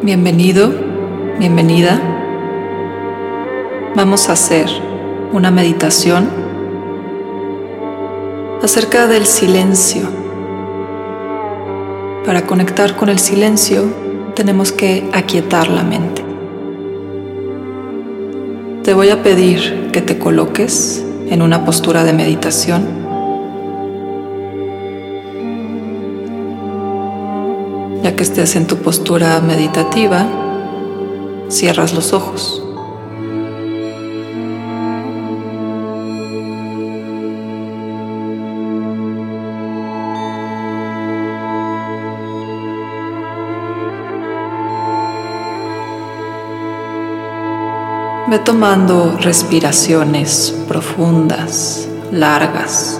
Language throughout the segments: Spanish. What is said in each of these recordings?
Bienvenido, bienvenida. Vamos a hacer una meditación acerca del silencio. Para conectar con el silencio, tenemos que aquietar la mente. Te voy a pedir que te coloques en una postura de meditación. Ya que estés en tu postura meditativa, cierras los ojos. Ve tomando respiraciones profundas, largas.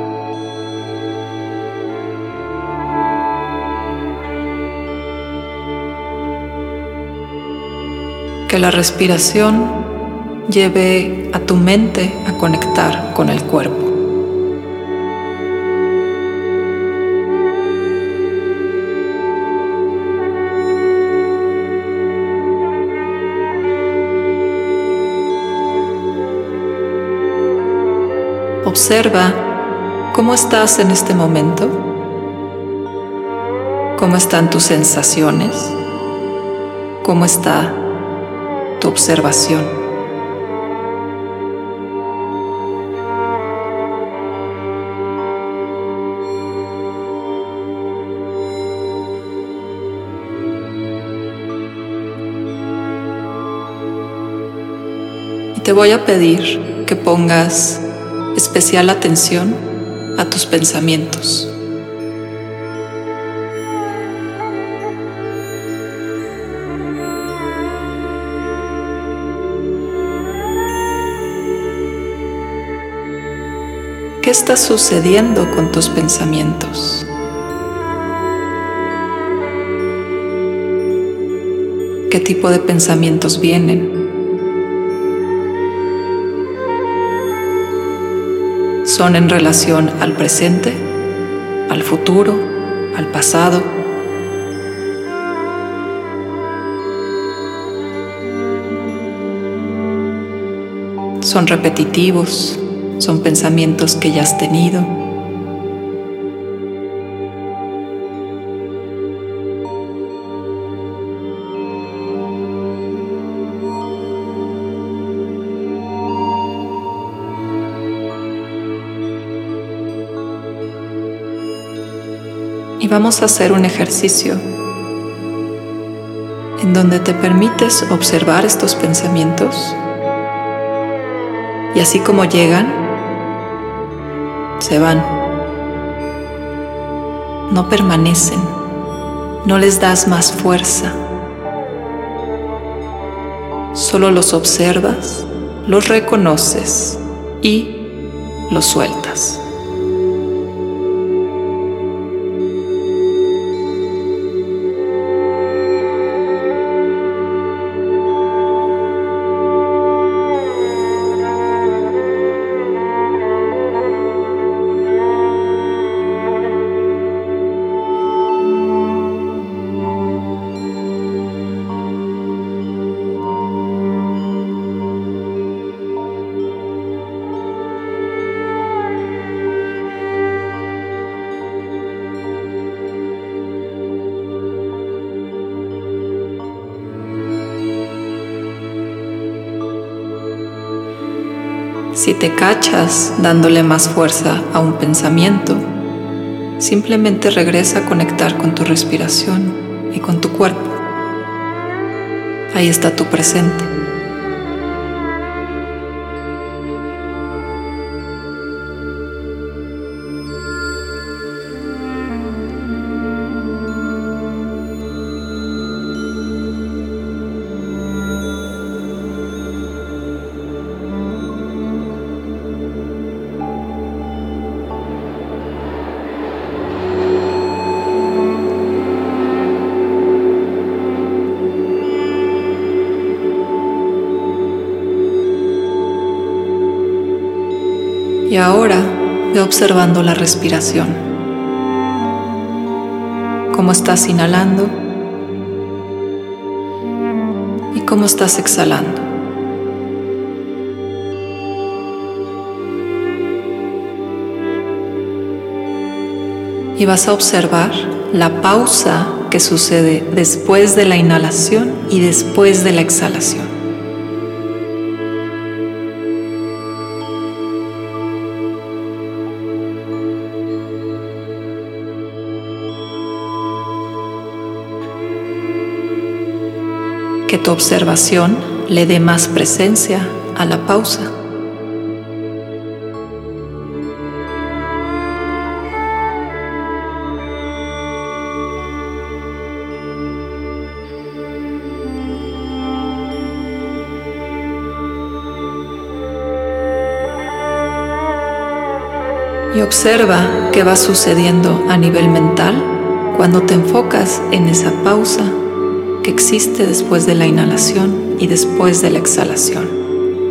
Que la respiración lleve a tu mente a conectar con el cuerpo. Observa cómo estás en este momento, cómo están tus sensaciones, cómo está tu observación. Y te voy a pedir que pongas especial atención a tus pensamientos. ¿Qué está sucediendo con tus pensamientos? ¿Qué tipo de pensamientos vienen? ¿Son en relación al presente, al futuro, al pasado? ¿Son repetitivos? ¿Son pensamientos que ya has tenido? Y vamos a hacer un ejercicio en donde te permites observar estos pensamientos y así como llegan, se van, no permanecen, no les das más fuerza, solo los observas, los reconoces y los sueltas. Si te cachas dándole más fuerza a un pensamiento, simplemente regresa a conectar con tu respiración y con tu cuerpo. Ahí está tu presente. Y ahora ve observando la respiración. Cómo estás inhalando cómo estás exhalando. Y vas a observar la pausa que sucede después de la inhalación y después de la exhalación. Que tu observación le dé más presencia a la pausa. Y observa qué va sucediendo a nivel mental cuando te enfocas en esa pausa que existe después de la inhalación y después de la exhalación.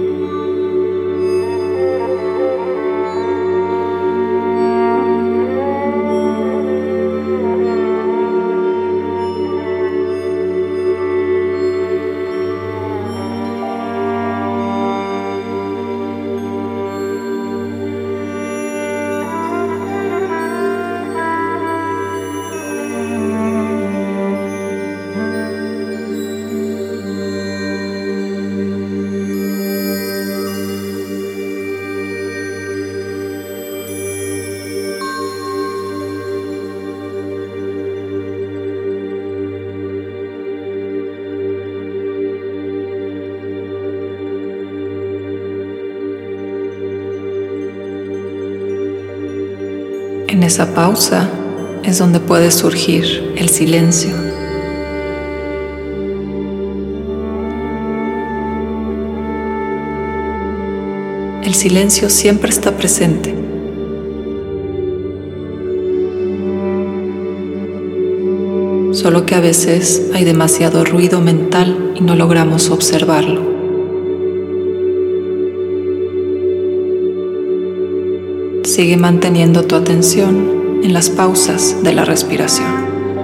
En esa pausa es donde puede surgir el silencio. El silencio siempre está presente. Solo que a veces hay demasiado ruido mental y no logramos observarlo. Sigue manteniendo tu atención en las pausas de la respiración.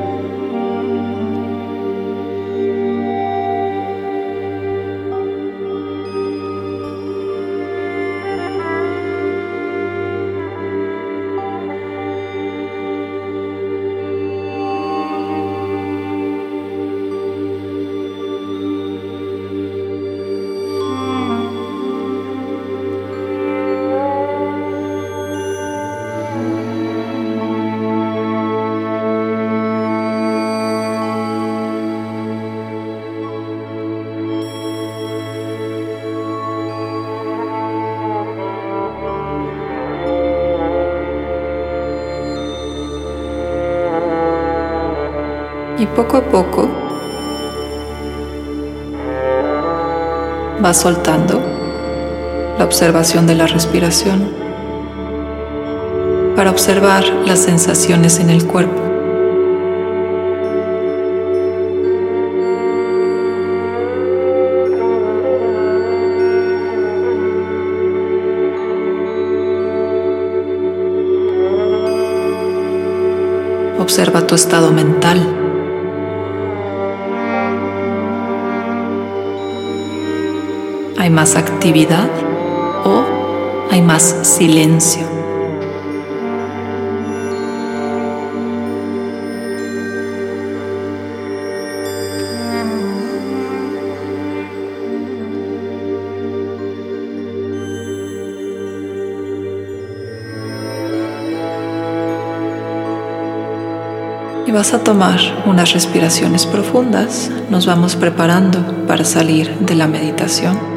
Y poco a poco vas soltando la observación de la respiración para observar las sensaciones en el cuerpo. Observa tu estado mental. ¿Hay más actividad o hay más silencio? Y vas a tomar unas respiraciones profundas. Nos vamos preparando para salir de la meditación.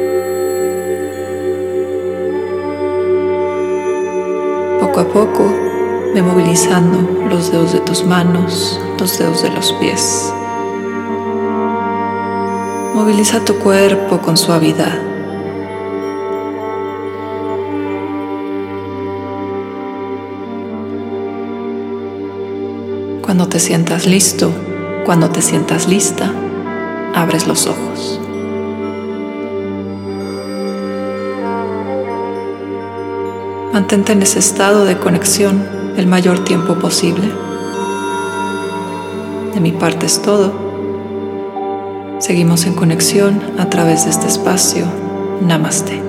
Poco a poco Ve movilizando los dedos de tus manos, los dedos de los pies. Moviliza tu cuerpo con suavidad. Cuando te sientas listo, cuando te sientas lista, abres los ojos. Mantente en ese estado de conexión el mayor tiempo posible. De mi parte es todo. Seguimos en conexión a través de este espacio. Namaste.